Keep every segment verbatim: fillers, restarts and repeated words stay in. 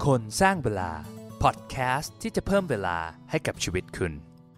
คนสร้างเวลาพอดแคสต์ที่จะเพิ่มเวลาให้กับชีวิตคุณ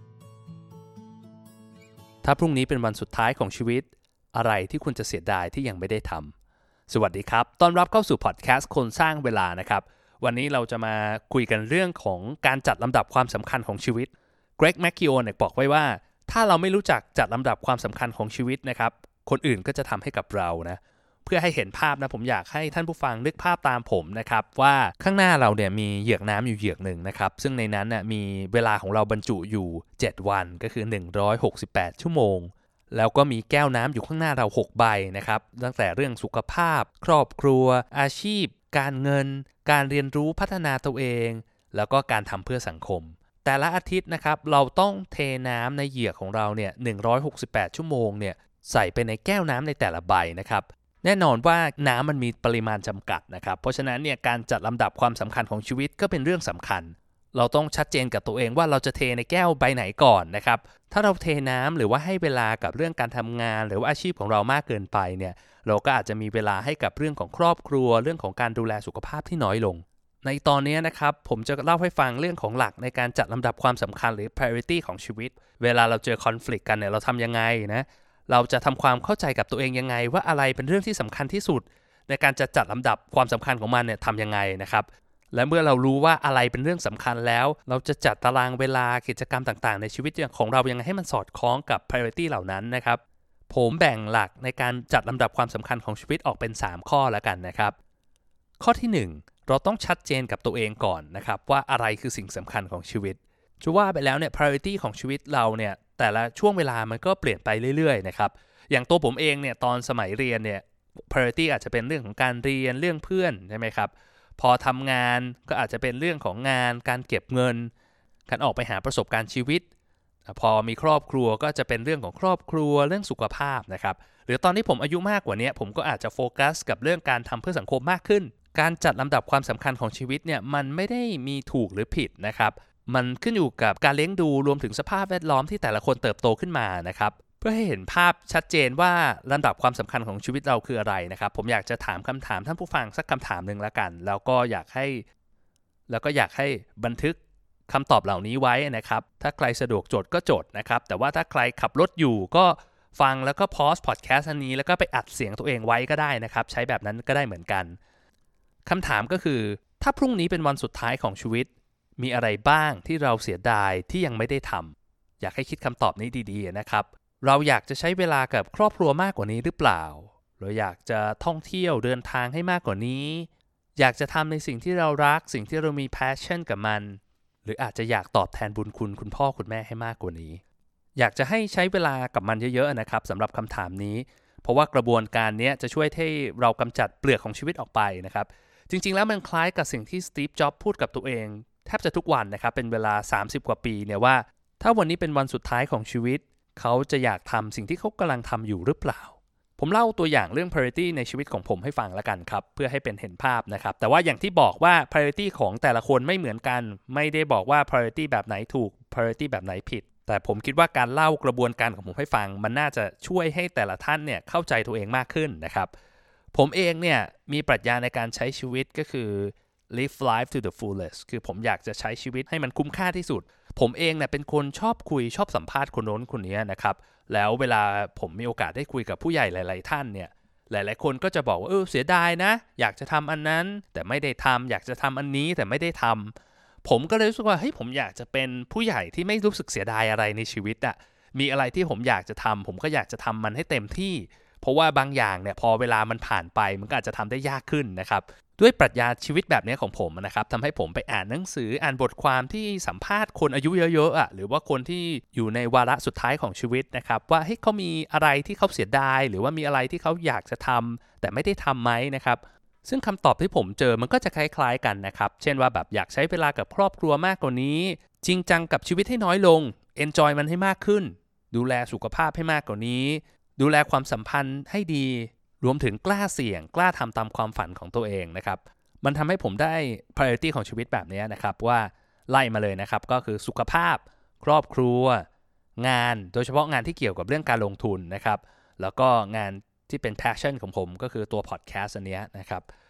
ถ้าพรุ่งนี้เป็นวันสุดท้ายของชีวิตอะไรที่คุณจะเสียดายที่ยังไม่ได้ทำสวัสดีครับต้อนรับเข้าสู่พอดแคสต์คนสร้างเวลานะครับวันนี้เราจะมาคุยกันเรื่องของการจัดลำดับความสำคัญของชีวิตเกรกแมคคิโอเนี่ยบอกไว้ว่าถ้าเราไม่รู้จักจัดลำดับความสำคัญของชีวิตนะครับคนอื่นก็จะทำให้กับเรานะเพื่อให้เห็นภาพนะผมอยากให้ท่านผู้ฟังนึกภาพตามผมนะครับว่าข้างหน้าเราเนี่ยมีเหยือกน้ำอยู่เหยือกหนึ่งนะครับซึ่งในนั้นน่ะมีเวลาของเราบรรจุอยู่เจ็ดวันก็คือหนึ่งร้อยหกสิบแปดชั่วโมงแล้วก็มีแก้วน้ำอยู่ข้างหน้าเราหกใบนะครับตั้งแต่เรื่องสุขภาพครอบครัวอาชีพการเงินการเรียนรู้พัฒนาตัวเองแล้วก็การทำเพื่อสังคมแต่ละอาทิตย์นะครับเราต้องเทน้ำในเหยือกของเราเนี่ยหนึ่งร้อยหกสิบแปดชั่วโมงเนี่ยใส่ไปในแก้วน้ำในแต่ละใบนะครับแน่นอนว่าน้ำมันมีปริมาณจำกัดนะครับเพราะฉะนั้นเนี่ยการจัดลำดับความสำคัญของชีวิตก็เป็นเรื่องสำคัญเราต้องชัดเจนกับตัวเองว่าเราจะเทในแก้วใบไหนก่อนนะครับถ้าเราเทน้ำหรือว่าให้เวลากับเรื่องการทำงานหรือว่าอาชีพของเรามากเกินไปเนี่ยเราก็อาจจะมีเวลาให้กับเรื่องของครอบครัวเรื่องของการดูแลสุขภาพที่น้อยลงในตอนนี้นะครับผมจะเล่าให้ฟังเรื่องของหลักในการจัดลำดับความสำคัญหรือ priority ของชีวิตเวลาเราเจอ conflict กันเนี่ยเราทำยังไงนะเราจะทำความเข้าใจกับตัวเองยังไงว่าอะไรเป็นเรื่องที่สำคัญที่สุดในการจะจัดลำดับความสำคัญของมันเนี่ยทำยังไงนะครับและเมื่อเรารู้ว่าอะไรเป็นเรื่องสำคัญแล้วเราจะจัดตารางเวลากิจกรรมต่างๆในชีวิตของเรายังไงให้มันสอดคล้องกับ priority เหล่านั้นนะครับผมแบ่งหลักในการจัดลำดับความสำคัญของชีวิตออกเป็นสามข้อแล้วกันนะครับข้อที่หนึ่งเราต้องชัดเจนกับตัวเองก่อนนะครับว่าอะไรคือสิ่งสำคัญของชีวิตจะว่าไปแล้วเนี่ย priority ของชีวิตเราเนี่ยแต่ละช่วงเวลามันก็เปลี่ยนไปเรื่อยๆนะครับอย่างตัวผมเองเนี่ยตอนสมัยเรียนเนี่ย priority อาจจะเป็นเรื่องของการเรียนเรื่องเพื่อนใช่ไหมครับพอทำงานก็อาจจะเป็นเรื่องของงานการเก็บเงินการออกไปหาประสบการณ์ชีวิตพอมีครอบครัวก็จะเป็นเรื่องของครอบครัวเรื่องสุขภาพนะครับหรือตอนที่ผมอายุมากกว่านี้ผมก็อาจจะโฟกัสกับเรื่องการทำเพื่อสังคมมากขึ้นการจัดลำดับความสำคัญของชีวิตเนี่ยมันไม่ได้มีถูกหรือผิดนะครับมันขึ้นอยู่กับการเลี้ยงดูรวมถึงสภาพแวดล้อมที่แต่ละคนเติบโตขึ้นมานะครับเพื่อให้เห็นภาพชัดเจนว่าลำดับความสำคัญของชีวิตเราคืออะไรนะครับผมอยากจะถามคำถามท่านผู้ฟังสักคำถามหนึ่งละกันแล้วก็อยากให้แล้วก็อยากให้บันทึกคำตอบเหล่านี้ไว้นะครับถ้าใครสะดวกจดก็จดนะครับแต่ว่าถ้าใครขับรถอยู่ก็ฟังแล้วก็พอสพอดแคสต์อันนี้แล้วก็ไปอัดเสียงตัวเองไว้ก็ได้นะครับใช้แบบนั้นก็ได้เหมือนกันคำถามก็คือถ้าพรุ่งนี้เป็นวันสุดท้ายของชีวิตมีอะไรบ้างที่เราเสียดายที่ยังไม่ได้ทำอยากให้คิดคำตอบนี้ดีๆนะครับเราอยากจะใช้เวลากับครอบครัวมากกว่านี้หรือเปล่าเราอยากจะท่องเที่ยวเดินทางให้มากกว่านี้อยากจะทำในสิ่งที่เรารักสิ่งที่เรามี passion กับมันหรืออาจจะอยากตอบแทนบุญคุณคุณพ่อคุณแม่ให้มากกว่านี้อยากจะให้ใช้เวลากับมันเยอะๆนะครับสำหรับคำถามนี้เพราะว่ากระบวนการนี้จะช่วยให้เรากำจัดเปลือกของชีวิตออกไปนะครับจริงๆแล้วมันคล้ายกับสิ่งที่สตีฟ จ็อบส์พูดกับตัวเองแทบจะทุกวันนะครับเป็นเวลาสามสิบกว่าปีเนี่ยว่าถ้าวันนี้เป็นวันสุดท้ายของชีวิตเขาจะอยากทำสิ่งที่เขากำลังทำอยู่หรือเปล่าผมเล่าตัวอย่างเรื่อง priority ในชีวิตของผมให้ฟังละกันครับเพื่อให้เป็นเห็นภาพนะครับแต่ว่าอย่างที่บอกว่า priority ของแต่ละคนไม่เหมือนกันไม่ได้บอกว่า priority แบบไหนถูก priority แบบไหนผิดแต่ผมคิดว่าการเล่ากระบวนการของผมให้ฟังมันน่าจะช่วยให้แต่ละท่านเนี่ยเข้าใจตัวเองมากขึ้นนะครับผมเองเนี่ยมีปรัชญาในการใช้ชีวิตก็คือ live life to the fullest คือผมอยากจะใช้ชีวิตให้มันคุ้มค่าที่สุดผมเองเนี่ยเป็นคนชอบคุยชอบสัมภาษณ์คนโน้นคนนี้นะครับแล้วเวลาผมมีโอกาสได้คุยกับผู้ใหญ่หลายๆท่านเนี่ยหลายๆคนก็จะบอกว่าเออเสียดายนะอยากจะทำอันนั้นแต่ไม่ได้ทำอยากจะทำอันนี้แต่ไม่ได้ทำผมก็เลยรู้สึกว่าเฮ้ยผมอยากจะเป็นผู้ใหญ่ที่ไม่รู้สึกเสียดายอะไรในชีวิตอะมีอะไรที่ผมอยากจะทำผมก็อยากจะทำมันให้เต็มที่เพราะว่าบางอย่างเนี่ยพอเวลามันผ่านไปมันก็อาจจะทำได้ยากขึ้นนะครับด้วยปรัชญาชีวิตแบบนี้ของผมนะครับทำให้ผมไปอ่านหนังสืออ่านบทความที่สัมภาษณ์คนอายุเยอะๆอ่ะหรือว่าคนที่อยู่ในวาระสุดท้ายของชีวิตนะครับว่าเฮ้ยเขามีอะไรที่เขาเสียดายหรือว่ามีอะไรที่เขาอยากจะทำแต่ไม่ได้ทำไหมนะครับซึ่งคำตอบที่ผมเจอมันก็จะคล้ายๆกันนะครับเช่นว่าแบบอยากใช้เวลากับครอบครัวมากกว่านี้จริงจังกับชีวิตให้น้อยลง enjoy มันให้มากขึ้นดูแลสุขภาพให้มากกว่านี้ดูแลความสัมพันธ์ให้ดีรวมถึงกล้าเสี่ยงกล้าทำตามความฝันของตัวเองนะครับมันทำให้ผมได้ priority ของชีวิตแบบนี้นะครับว่าไล่มาเลยนะครับก็คือสุขภาพครอบครัวงานโดยเฉพาะงานที่เกี่ยวกับเรื่องการลงทุนนะครับแล้วก็งานที่เป็น passion ของผมก็คือตัว podcast อันนี้นะครับห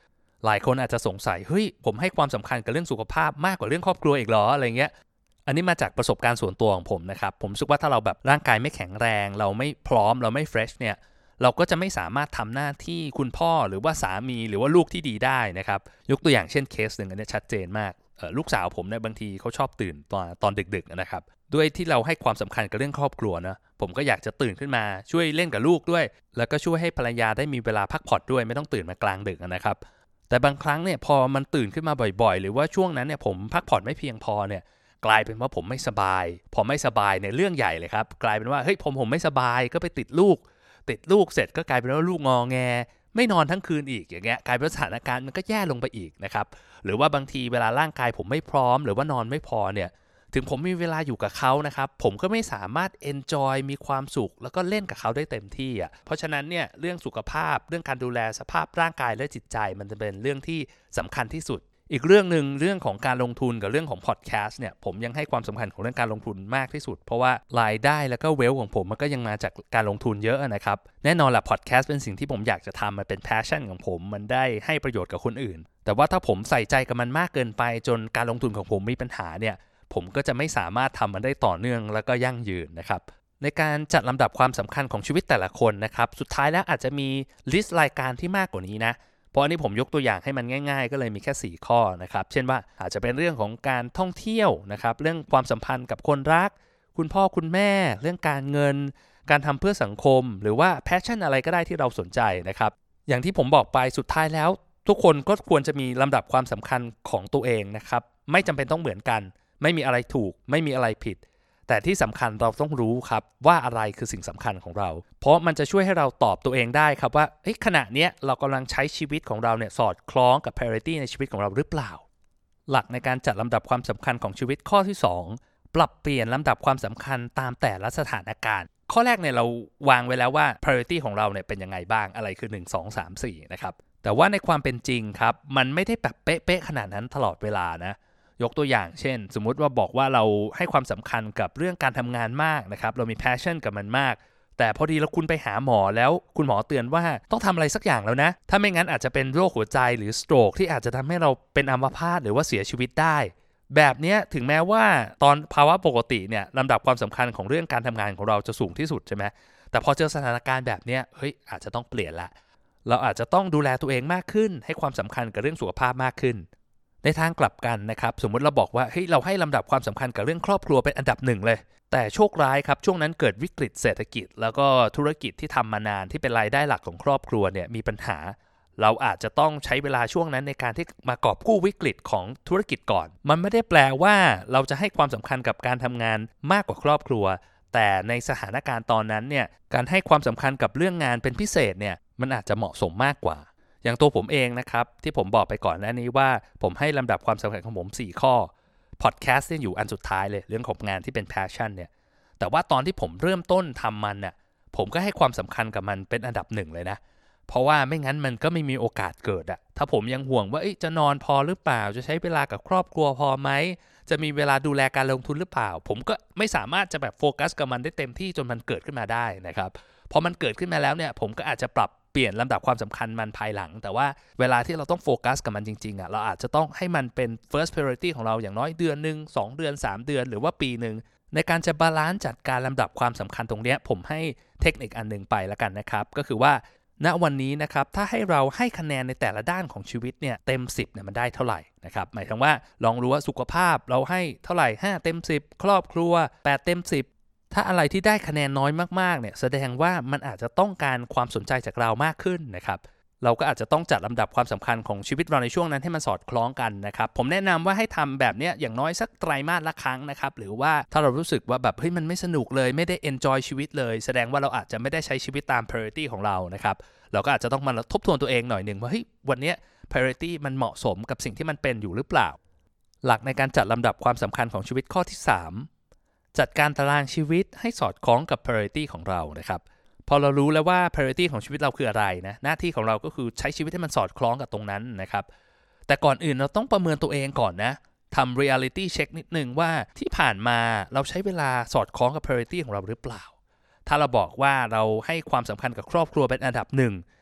หลายคนอาจจะสงสัยเฮ้ยผมให้ความสำคัญกับเรื่องสุขภาพมากกว่าเรื่องครอบครัวอีกเหรออะไรเงี้ยอันนี้มาจากประสบการณ์ส่วนตัวของผมนะครับผมรู้สึกว่าถ้าเราแบบร่างกายไม่แข็งแรงเราไม่พร้อมเราไม่เฟรชเนี่ยเราก็จะไม่สามารถทำหน้าที่คุณพ่อหรือว่าสามีหรือว่าลูกที่ดีได้นะครับยกตัวอย่างเช่นเคสหนึ่งอันนี้ชัดเจนมากลูกสาวผมเนี่ยบางทีเขาชอบตื่นตอนตอนดึกๆนะครับด้วยที่เราให้ความสำคัญกับเรื่องครอบครัวนะผมก็อยากจะตื่นขึ้นมาช่วยเล่นกับลูกด้วยแล้วก็ช่วยให้ภรรยาได้มีเวลาพักผ่อนด้วยไม่ต้องตื่นมากลางดึกนะครับแต่บางครั้งเนี่ยพอมันตื่นขึ้นมาบ่อยๆหรือว่าช่วงนั้นเนี่ยผมพักผ่อนไม่เพียงพอเนี่ยกลายเป็นว่าผมไม่สบายพอไม่สบายในเรื่องใหญ่เลยครับกลายเป็นว่าเฮ้ยผมผมไม่สบายก็ไปติดลูกติดลูกเสร็จก็กลายเป็นว่าลูกงอแงไม่นอนทั้งคืนอีกอย่างเงี้ยกลายเป็นสถานการณ์มันก็แย่ลงไปอีกนะครับหรือว่าบางทีเวลาร่างกายผมไม่พร้อมหรือว่านอนไม่พอเนี่ยถึงผมมีเวลาอยู่กับเขานะครับผมก็ไม่สามารถ enjoy มีความสุขแล้วก็เล่นกับเขาได้เต็มที่อ่ะเพราะฉะนั้นเนี่ยเรื่องสุขภาพเรื่องการดูแลสภาพร่างกายและจิตใจมันจะเป็นเรื่องที่สำคัญที่สุดอีกเรื่องนึงเรื่องของการลงทุนกับเรื่องของพอดแคสต์เนี่ยผมยังให้ความสำคัญของเรื่องการลงทุนมากที่สุดเพราะว่ารายได้แล้วก็เวลของผมมันก็ยังมาจากการลงทุนเยอะนะครับแน่นอนแหละพอดแคสต์เป็นสิ่งที่ผมอยากจะทำมันเป็นแพชชั่นของผมมันได้ให้ประโยชน์กับคนอื่นแต่ว่าถ้าผมใส่ใจกับมันมากเกินไปจนการลงทุนของผมมีปัญหาเนี่ยผมก็จะไม่สามารถทำมันได้ต่อเนื่องแล้วก็ยั่งยืนนะครับในการจัดลำดับความสำคัญของชีวิตแต่ละคนนะครับสุดท้ายแล้วอาจจะมีลิสต์รายการที่มากกว่านี้นะเพราะอันนี้ผมยกตัวอย่างให้มันง่ายๆก็เลยมีแค่สี่ข้อนะครับเช่นว่าอาจจะเป็นเรื่องของการท่องเที่ยวนะครับเรื่องความสัมพันธ์กับคนรักคุณพ่อคุณแม่เรื่องการเงินการทำเพื่อสังคมหรือว่าแพชชั่นอะไรก็ได้ที่เราสนใจนะครับอย่างที่ผมบอกไปสุดท้ายแล้วทุกคนก็ควรจะมีลำดับความสำคัญของตัวเองนะครับไม่จำเป็นต้องเหมือนกันไม่มีอะไรถูกไม่มีอะไรผิดแต่ที่สำคัญเราต้องรู้ครับว่าอะไรคือสิ่งสำคัญของเราเพราะมันจะช่วยให้เราตอบตัวเองได้ครับว่าขณะนี้เรากำลังใช้ชีวิตของเราเนี่ยสอดคล้องกับ priority ในชีวิตของเราหรือเปล่าหลักในการจัดลำดับความสำคัญของชีวิตข้อที่สองปรับเปลี่ยนลำดับความสำคัญตามแต่ละสถานการณ์ข้อแรกเนี่ยเราวางไว้แล้วว่า priority ของเราเนี่ยเป็นยังไงบ้างอะไรคือหนึ่ง สอง สาม สี่นะครับแต่ว่าในความเป็นจริงครับมันไม่ได้แบบเป๊ะๆขนาดนั้นตลอดเวลานะยกตัวอย่างเช่นสมมุติว่าบอกว่าเราให้ความสำคัญกับเรื่องการทำงานมากนะครับเรามี passion กับมันมากแต่พอดีเราคุณไปหาหมอแล้วคุณหมอเตือนว่าต้องทำอะไรสักอย่างแล้วนะถ้าไม่งั้นอาจจะเป็นโรคหัวใจหรือ stroke ที่อาจจะทำให้เราเป็นอัมพาตหรือว่าเสียชีวิตได้แบบนี้ถึงแม้ว่าตอนภาวะปกติเนี่ยลำดับความสำคัญของเรื่องการทำงานของเราจะสูงที่สุดใช่ไหมแต่พอเจอสถานการณ์แบบนี้เฮ้ยอาจจะต้องเปลี่ยนละเราอาจจะต้องดูแลตัวเองมากขึ้นให้ความสำคัญกับเรื่องสุขภาพมากขึ้นในทางกลับกันนะครับสมมุติเราบอกว่าเฮ้ยเราให้ลำดับความสำคัญกับเรื่องครอบครัวเป็นอันดับหนึ่งเลยแต่โชคร้ายครับช่วงนั้นเกิดวิกฤตเศรษฐกิจแล้วก็ธุรกิจที่ทำมานานที่เป็นรายได้หลักของครอบครัวเนี่ยมีปัญหาเราอาจจะต้องใช้เวลาช่วงนั้นในการที่มากอบกู้วิกฤตของธุรกิจก่อนมันไม่ได้แปลว่าเราจะให้ความสำคัญกับการทำงานมากกว่าครอบครัวแต่ในสถานการณ์ตอนนั้นเนี่ยการให้ความสำคัญกับเรื่องงานเป็นพิเศษเนี่ยมันอาจจะเหมาะสมมากกว่าอย่างตัวผมเองนะครับที่ผมบอกไปก่อนหน้านี้ว่าผมให้ลำดับความสำคัญของผมสี่ข้อพอดแคสต์เนี่ยอยู่อันสุดท้ายเลยเรื่องของงานที่เป็น passion เนี่ยแต่ว่าตอนที่ผมเริ่มต้นทำมันน่ะผมก็ให้ความสำคัญกับมันเป็นอันดับหนึ่งเลยนะเพราะว่าไม่งั้นมันก็ไม่มีโอกาสเกิดอะถ้าผมยังห่วงว่าจะนอนพอหรือเปล่าจะใช้เวลากับครอบครัวพอไหมจะมีเวลาดูแลการลงทุนหรือเปล่าผมก็ไม่สามารถจะแบบโฟกัสกับมันได้เต็มที่จนมันเกิดขึ้นมาได้นะครับพอมันเกิดขึ้นมาแล้วเนี่ยผมก็อาจจะปรับเปลี่ยนลำดับความสำคัญมันภายหลังแต่ว่าเวลาที่เราต้องโฟกัสกับมันจริงๆอ่ะเราอาจจะต้องให้มันเป็น first priority ของเราอย่างน้อยเดือนนึงสองเดือนสามเดือนหรือว่าปีนึงในการจะบาลานซ์จัดการลำดับความสำคัญตรงนี้ผมให้เทคนิคอันนึงไปแล้วกันนะครับก็คือว่าณวันนี้นะครับถ้าให้เราให้คะแนนในแต่ละด้านของชีวิตเนี่ยเต็มสิบเนี่ยมันได้เท่าไหร่นะครับหมายถึงว่าลองรู้ว่าสุขภาพเราให้เท่าไหร่ห้าเต็มสิบครอบครัวแปดเต็มสิบถ้าอะไรที่ได้คะแนนน้อยมากๆเนี่ยแสดงว่ามันอาจจะต้องการความสนใจจากเรามากขึ้นนะครับเราก็อาจจะต้องจัดลำดับความสำคัญของชีวิตเราในช่วงนั้นให้มันสอดคล้องกันนะครับผมแนะนำว่าให้ทำแบบนี้อย่างน้อยสักไตรมาสละครั้งนะครับหรือว่าถ้าเรารู้สึกว่าแบบเฮ้ยมันไม่สนุกเลยไม่ได้ enjoy ชีวิตเลยแสดงว่าเราอาจจะไม่ได้ใช้ชีวิตตาม priority ของเรานะครับเราก็อาจจะต้องมาทบทวนตัวเองหน่อยนึงว่าเฮ้ยวันนี้ priority มันเหมาะสมกับสิ่งที่มันเป็นอยู่หรือเปล่าหลักในการจัดลำดับความสำคัญของชีวิตข้อที่สามจัดการตารางชีวิตให้สอดคล้องกับ priority ของเรานะครับพอเรารู้แล้วว่า priority ของชีวิตเราคืออะไรนะหน้าที่ของเราก็คือใช้ชีวิตให้มันสอดคล้องกับตรงนั้นนะครับแต่ก่อนอื่นเราต้องประเมินตัวเองก่อนนะทำ reality check นิดนึงว่าที่ผ่านมาเราใช้เวลาสอดคล้องกับ priority ของเราหรือเปล่าถ้าเราบอกว่าเราให้ความสำคัญกับครอบครัวเป็นอันดับหนึ่ง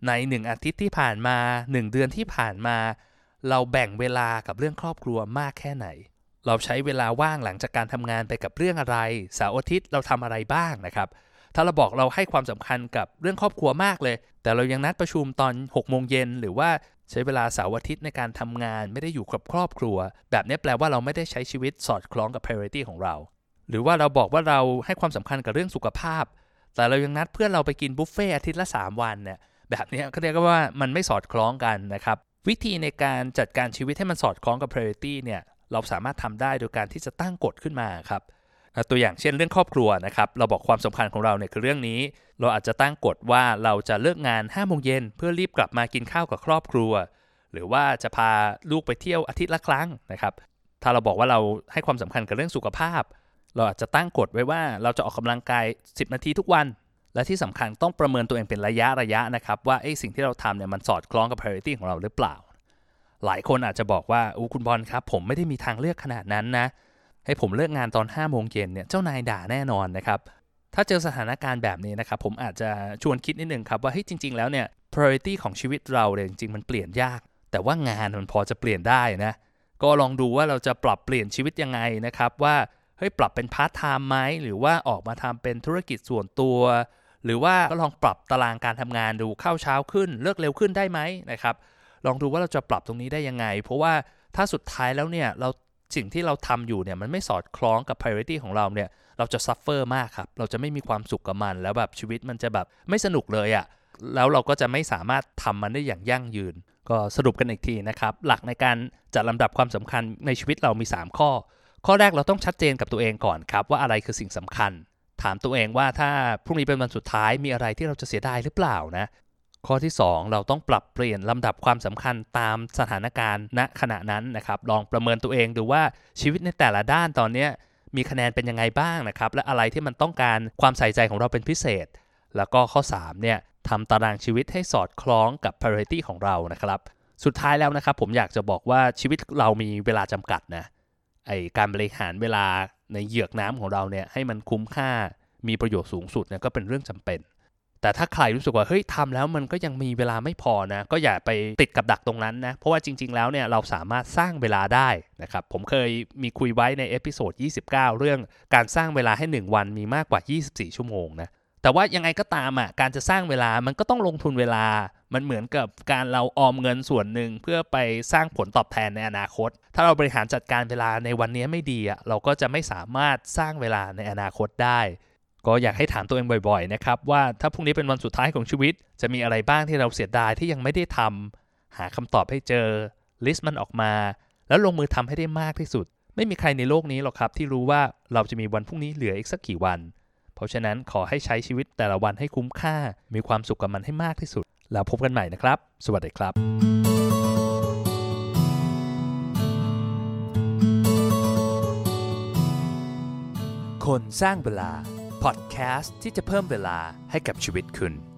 ในหนึ่งอาทิตย์ที่ผ่านมาหนึ่งเดือนที่ผ่านมาเราแบ่งเวลากับเรื่องครอบครัวมากแค่ไหนเราใช้เวลาว่างหลังจากการทำงานไปกับเรื่องอะไรเสาร์อาทิตย์เราทำอะไรบ้างนะครับถ้าเราบอกเราให้ความสำคัญกับเรื่องครอบครัวมากเลยแต่เรายังนัดประชุมตอนหกโมงเย็นหรือว่าใช้เวลาเสาร์อาทิตย์ในการทำงานไม่ได้อยู่กับครอบครัวแบบนี้แปลว่าเราไม่ได้ใช้ชีวิตสอดคล้องกับ priority ของเราหรือว่าเราบอกว่าเราให้ความสำคัญกับเรื่องสุขภาพแต่เรายังนัดเพื่อนเราไปกินบุฟเฟ่อาทิตย์ละสามวันเนี่ยแบบนี้ก็เรียกว่ามันไม่สอดคล้องกันนะครับวิธีในการจัดการชีวิตให้มันสอดคล้องกับ priority เนี่ยเราสามารถทำได้โดยการที่จะตั้งกฎขึ้นมาครับตัวอย่างเช่นเรื่องครอบครัวนะครับเราบอกความสำคัญของเราเนี่ยคือเรื่องนี้เราอาจจะตั้งกฎว่าเราจะเลิกงานห้าโมงเย็นเพื่อรีบกลับมากินข้าวกับครอบครัวหรือว่าจะพาลูกไปเที่ยวอาทิตย์ละครั้งนะครับถ้าเราบอกว่าเราให้ความสำคัญกับเรื่องสุขภาพเราอาจจะตั้งกฎไว้ว่าเราจะออกกำลังกายสิบนาทีทุกวันและที่สำคัญต้องประเมินตัวเองเป็นระยะระยะนะครับว่าไอ้สิ่งที่เราทำเนี่ยมันสอดคล้องกับ priority ของเราหรือเปล่าหลายคนอาจจะบอกว่าอู้คุณบอลครับผมไม่ได้มีทางเลือกขนาดนั้นนะให้ผมเลิกงานตอนห้าโมงเย็นเนี่ยเจ้านายด่าแน่นอนนะครับถ้าเจอสถานการณ์แบบนี้นะครับผมอาจจะชวนคิดนิดนึงครับว่าเฮ้ยจริงๆแล้วเนี่ย priority ของชีวิตเราเนี่ยจริงๆมันเปลี่ยนยากแต่ว่างานมันพอจะเปลี่ยนได้นะก็ลองดูว่าเราจะปรับเปลี่ยนชีวิตยังไงนะครับว่าเฮ้ยปรับเป็นพาร์ทไทม์ไหมหรือว่าออกมาทำเป็นธุรกิจส่วนตัวหรือว่าก็ลองปรับตารางการทำงานดูเข้าเช้าขึ้นเลิกเร็วขึ้นได้ไหมนะครับลองดูว่าเราจะปรับตรงนี้ได้ยังไงเพราะว่าถ้าสุดท้ายแล้วเนี่ยเราสิ่งที่เราทำอยู่เนี่ยมันไม่สอดคล้องกับ priority ของเราเนี่ยเราจะ suffer มากครับเราจะไม่มีความสุขกับมันแล้วแบบชีวิตมันจะแบบไม่สนุกเลยอะ่ะแล้วเราก็จะไม่สามารถทำมันได้อย่างยั่งยืนก็สรุปกันอีกทีนะครับหลักในการจัดลำดับความสำคัญในชีวิตเรามีสามข้อข้อแรกเราต้องชัดเจนกับตัวเองก่อนครับว่าอะไรคือสิ่งสำคัญถามตัวเองว่าถ้าพรุ่งนี้เป็นวันสุดท้ายมีอะไรที่เราจะเสียดายหรือเปล่านะข้อที่สองเราต้องปรับเปลี่ยนลำดับความสำคัญตามสถานการณ์ณขณะนั้นนะครับลองประเมินตัวเองดูว่าชีวิตในแต่ละด้านตอนนี้มีคะแนนเป็นยังไงบ้างนะครับและอะไรที่มันต้องการความใส่ใจของเราเป็นพิเศษแล้วก็ข้อสามเนี่ยทำตารางชีวิตให้สอดคล้องกับ priority ของเรานะครับสุดท้ายแล้วนะครับผมอยากจะบอกว่าชีวิตเรามีเวลาจำกัดนะไอการบริหารเวลาในเหยือกน้ำของเราเนี่ยให้มันคุ้มค่ามีประโยชน์สูงสุดเนี่ยก็เป็นเรื่องจำเป็นแต่ถ้าใครรู้สึกว่าเฮ้ยทำแล้วมันก็ยังมีเวลาไม่พอนะก็อย่าไปติดกับดักตรงนั้นนะเพราะว่าจริงๆแล้วเนี่ยเราสามารถสร้างเวลาได้นะครับผมเคยมีคุยไว้ในเอพิโซดยี่สิบเก้าเรื่องการสร้างเวลาให้หนึ่งวันมีมากกว่ายี่สิบสี่ชั่วโมงนะแต่ว่ายังไงก็ตามอ่ะการจะสร้างเวลามันก็ต้องลงทุนเวลามันเหมือนกับการเราออมเงินส่วนหนึ่งเพื่อไปสร้างผลตอบแทนในอนาคตถ้าเราบริหารจัดการเวลาในวันนี้ไม่ดีอ่ะเราก็จะไม่สามารถสร้างเวลาในอนาคตได้ก็อยากให้ถามตัวเองบ่อยๆนะครับว่าถ้าพรุ่งนี้เป็นวันสุดท้ายของชีวิตจะมีอะไรบ้างที่เราเสียดายที่ยังไม่ได้ทำหาคำตอบให้เจอลิสต์มันออกมาแล้วลงมือทำให้ได้มากที่สุดไม่มีใครในโลกนี้หรอกครับที่รู้ว่าเราจะมีวันพรุ่งนี้เหลืออีกสักกี่วันเพราะฉะนั้นขอให้ใช้ชีวิตแต่ละวันให้คุ้มค่ามีความสุขกับมันให้มากที่สุดแล้วพบกันใหม่นะครับสวัสดีครับคนสร้างเวลาพอดแคสต์ที่จะเพิ่มเวลาให้กับชีวิตคุณ